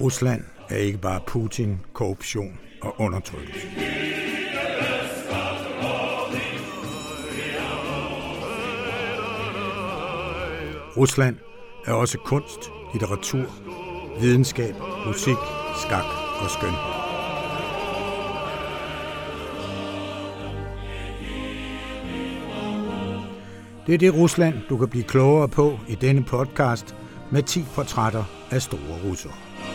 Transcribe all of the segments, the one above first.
Rusland er ikke bare Putin, korruption og undertrykkelse. Rusland er også kunst, litteratur, videnskab, musik, skak og skønhed. Det er det Rusland, du kan blive klogere på i denne podcast med 10 portrætter af store russere.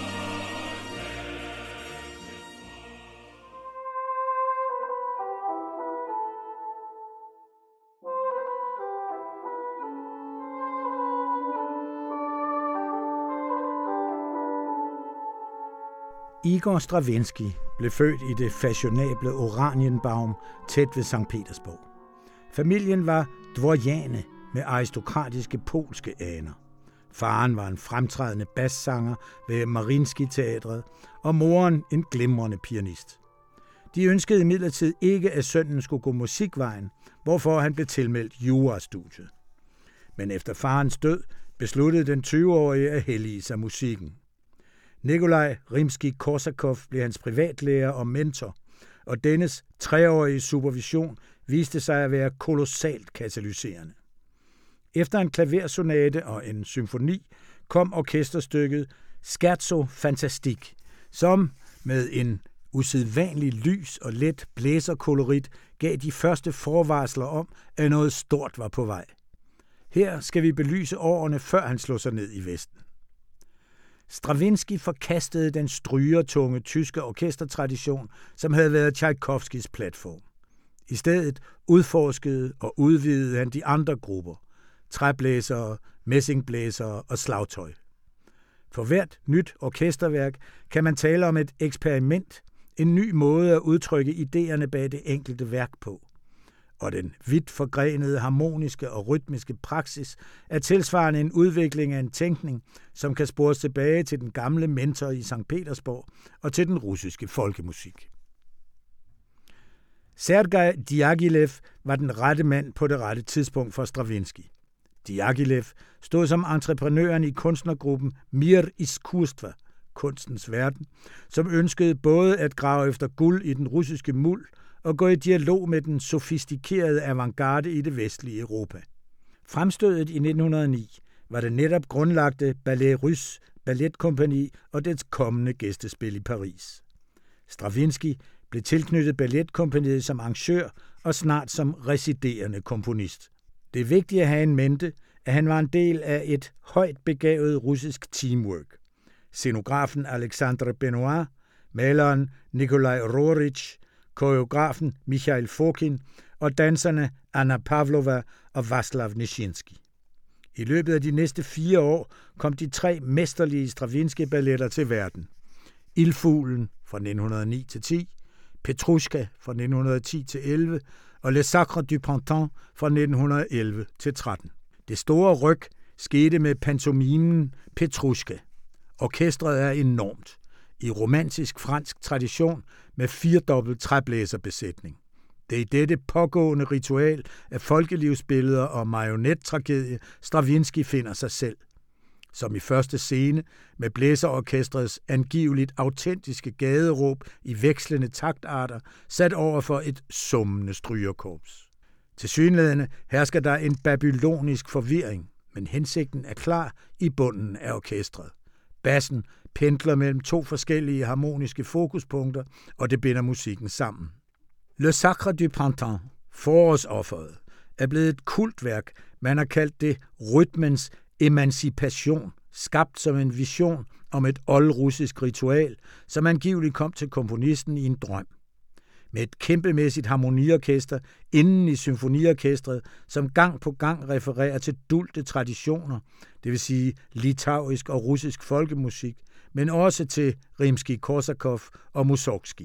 Igor Stravinsky blev født i det fashionable Oranienbaum tæt ved Sankt Petersborg. Familien var dvorjane med aristokratiske polske aner. Faren var en fremtrædende bassanger ved Mariinsky-teatret, og moren en glimrende pianist. De ønskede imidlertid ikke, at sønnen skulle gå musikvejen, hvorfor han blev tilmeldt jurastudiet. Men efter farens død besluttede den 20-årige at hellige sig musikken. Nikolaj Rimsky-Korsakov blev hans privatlærer og mentor, og dennes 3-årige supervision viste sig at være kolossalt katalyserende. Efter en klaversonate og en symfoni kom orkesterstykket Scherzo Fantastique, som med en usædvanlig lys og let blæserkolorit gav de første forvarsler om, at noget stort var på vej. Her skal vi belyse årene, før han slog sig ned i Vesten. Stravinsky forkastede den strygertunge tyske orkestertradition, som havde været Tchaikovskys platform. I stedet udforskede og udvidede han de andre grupper, træblæsere, messingblæsere og slagtøj. For hvert nyt orkesterværk kan man tale om et eksperiment, en ny måde at udtrykke idéerne bag det enkelte værk på. Og den vidt forgrenede harmoniske og rytmiske praksis er tilsvarende en udvikling af en tænkning, som kan spores tilbage til den gamle mentor i Sankt Petersborg og til den russiske folkemusik. Sergej Diaghilev var den rette mand på det rette tidspunkt for Stravinsky. Diaghilev stod som entreprenøren i kunstnergruppen Mir Iskustva, kunstens verden, som ønskede både at grave efter guld i den russiske muld og gå i dialog med den sofistikerede avantgarde i det vestlige Europa. Fremstødet i 1909 var det netop grundlagte Ballet Russe balletkompagni og dets kommende gæstespil i Paris. Stravinsky blev tilknyttet balletkompagniet som arrangør og snart som residerende komponist. Det er vigtigt at have en mente, at han var en del af et højt begavet russisk teamwork. Scenografen Alexandre Benoit, maleren Nikolaj Roerich, koreografen Mikhail Fokin og danserne Anna Pavlova og Vaslav Nijinsky. I løbet af de næste 4 år kom de 3 mesterlige Stravinsky-balletter til verden. Ildfuglen fra 1909 til 10, Petrushka fra 1910 til 11 og Le Sacre du Printemps fra 1911 til 13. Det store ryk skete med pantomimen Petrushka. Orkestret er enormt. I romantisk fransk tradition med 4-dobbelt træblæserbesætning. Det er i dette pågående ritual af folkelivsbilleder og marionettragedie, Stravinsky finder sig selv. Som i første scene med blæserorkestrets angiveligt autentiske gaderåb i vekslende taktarter, sat over for et summende strygerkorps. Tilsyneladende hersker der en babylonisk forvirring, men hensigten er klar i bunden af orkestret. Bassen pendler mellem 2 forskellige harmoniske fokuspunkter, og det binder musikken sammen. Le Sacre du Printemps, forårsofferet, er blevet et kultværk, man har kaldt det rytmens emancipation, skabt som en vision om et oldrussisk ritual, som angiveligt kom til komponisten i en drøm. Med et kæmpemæssigt harmoniorkester inden i symfoniorkestret, som gang på gang refererer til dulte traditioner, det vil sige litauisk og russisk folkemusik, men også til Rimsky-Korsakov og Mussorgsky.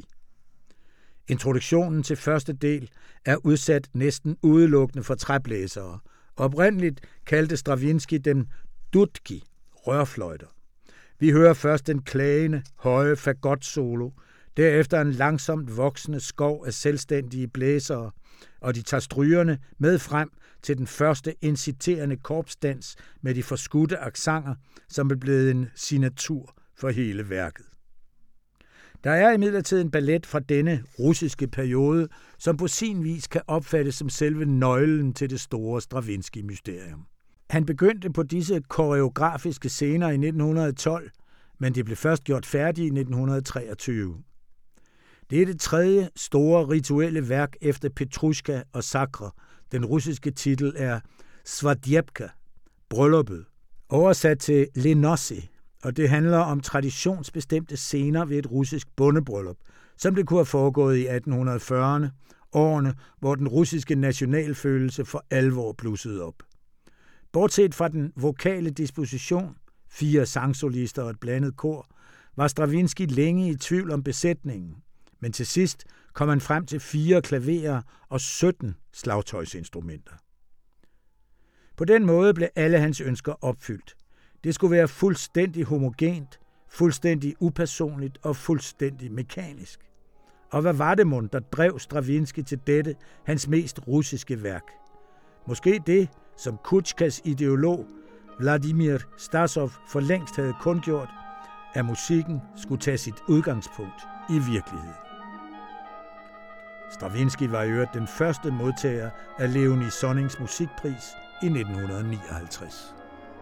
Introduktionen til første del er udsat næsten udelukkende for træblæsere. Oprindeligt kaldte Stravinsky dem dudki, rørfløjter. Vi hører først den klagende, høje fagotsolo, derefter en langsomt voksende skov af selvstændige blæsere, og de tager strygerne med frem til den første inciterende korpsdans med de forskudte accenter, som er blevet en signatur for hele værket. Der er imidlertid en ballet fra denne russiske periode, som på sin vis kan opfattes som selve nøglen til det store Stravinskij-mysterium. Han begyndte på disse koreografiske scener i 1912, men det blev først gjort færdigt i 1923. Det er det tredje store rituelle værk efter Petrushka og Sakra. Den russiske titel er Svadjebka, brylluppet, oversat til Les Noces, og det handler om traditionsbestemte scener ved et russisk bondebryllup, som det kunne have foregået i 1840'erne, årene, hvor den russiske nationalfølelse for alvor blussede op. Bortset fra den vokale disposition, 4 sangsolister og et blandet kor, var Stravinskij længe i tvivl om besætningen, men til sidst kom han frem til 4 klaverer og 17 slagtøjsinstrumenter. På den måde blev alle hans ønsker opfyldt. Det skulle være fuldstændig homogent, fuldstændig upersonligt og fuldstændig mekanisk. Og hvad var det mon, der drev Stravinskij til dette, hans mest russiske værk? Måske det, som Kutsjkas ideolog Vladimir Stasov for længst havde kundgjort, at musikken skulle tage sit udgangspunkt i virkeligheden. Stravinskij var i øvrigt den første modtager af Leonie Sonnings musikpris i 1959.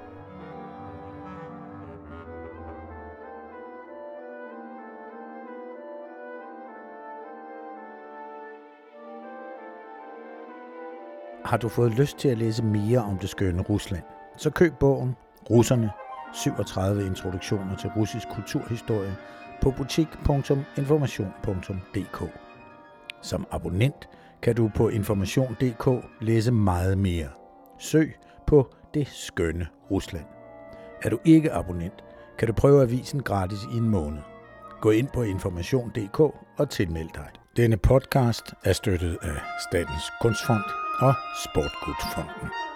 Har du fået lyst til at læse mere om det skønne Rusland, så køb bogen Russerne, 37 introduktioner til russisk kulturhistorie på butik.information.dk. Som abonnent kan du på information.dk læse meget mere. Søg på det skønne Rusland. Er du ikke abonnent, kan du prøve avisen gratis i en måned. Gå ind på information.dk og tilmeld dig. Denne podcast er støttet af Statens Kunstfond og Sportgodsfonden.